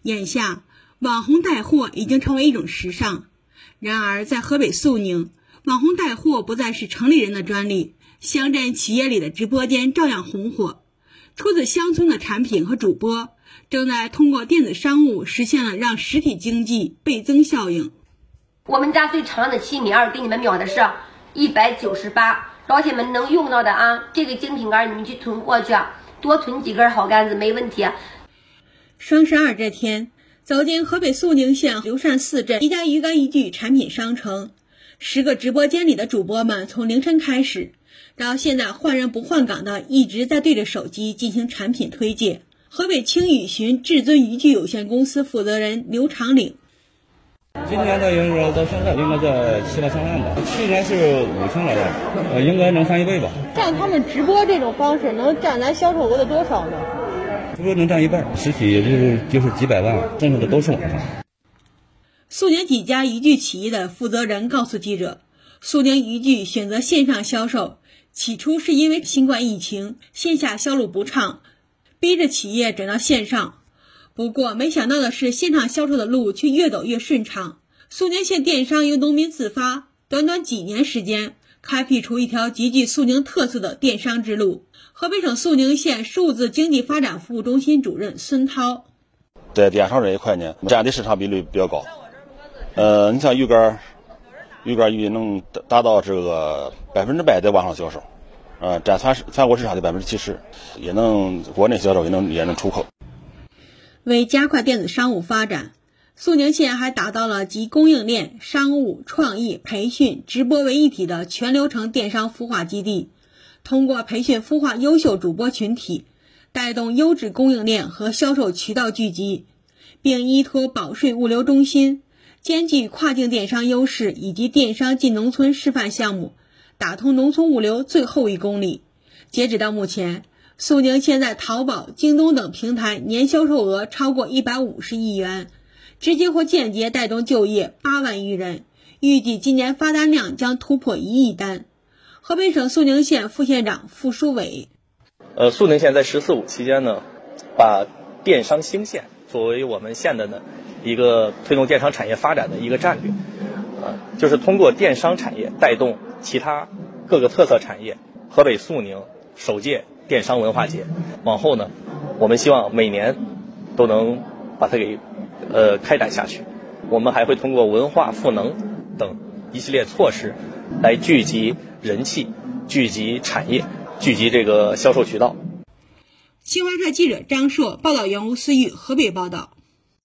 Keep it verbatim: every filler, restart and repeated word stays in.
眼下网红带货已经成为一种时尚。然而在河北肃宁，网红带货不再是城里人的专利，乡镇企业里的直播间照样红火。出自乡村的产品和主播正在通过电子商务实现了让实体经济倍增效应。 我们家最长的七米二，给你们秒的是一百九十八，老铁们能用到的啊，这个精品杆你们去囤货去，多囤几根好杆子没问题。 双十二这天，走进河北肃宁县刘善四镇一家一竿一具产品商城，十个直播间里的主播们从凌晨开始，到现在换人不换岗的一直在对着手机进行产品推介。河北青雨寻至尊渔具有限公司负责人刘长岭： 今年的营业额到现在应该在七八千万吧，去年是五千来万，呃，应该能翻一倍吧。 像他们直播这种方式，能占咱销售额的多少呢？ 直播能占一半，实体也就是就是几百万，剩下的都是网上。 肃宁几家渔具企业的负责人告诉记者，肃宁渔具选择线上销售，起初是因为新冠疫情，线下销路不畅，逼着企业转到线上。不过没想到的是，线上销售的路却越走越顺畅。肃宁县电商由农民自发，短短几年时间开辟出一条极具肃宁特色的电商之路。河北省肃宁县数字经济发展服务中心主任孙涛： 在电商这一块呢，占的市场比率比较高。呃，你像鱼竿，鱼竿鱼能达到这个百分之百在网上销售，呃，占全全国市场的百分之七十，也能国内销售，也能也能出口。 为加快电子商务发展，肃宁县还打造了集供应链、商务、创意、培训、直播为一体的全流程电商孵化基地。通过培训孵化优秀主播群体，带动优质供应链和销售渠道聚集，并依托保税物流中心，兼具跨境电商优势以及电商进农村示范项目，打通农村物流最后一公里。截止到目前，肃宁现在淘宝、京东等平台年销售额超过一百五十亿元，直接或间接带动就业八万余人，预计今年发单量将突破一亿单。河北省肃宁县副县长傅书伟： 呃，肃宁县在“十四五”期间呢，把电商兴县作为我们县的呢一个推动电商产业发展的一个战略，呃，就是通过电商产业带动其他各个特色产业。河北肃宁首届电商文化节，往后呢，我们希望每年都能把它给呃开展下去。我们还会通过文化赋能等一系列措施来聚集人气，聚集产业，聚集这个销售渠道。 新华社记者张硕，报道员吴思玉，河北报道。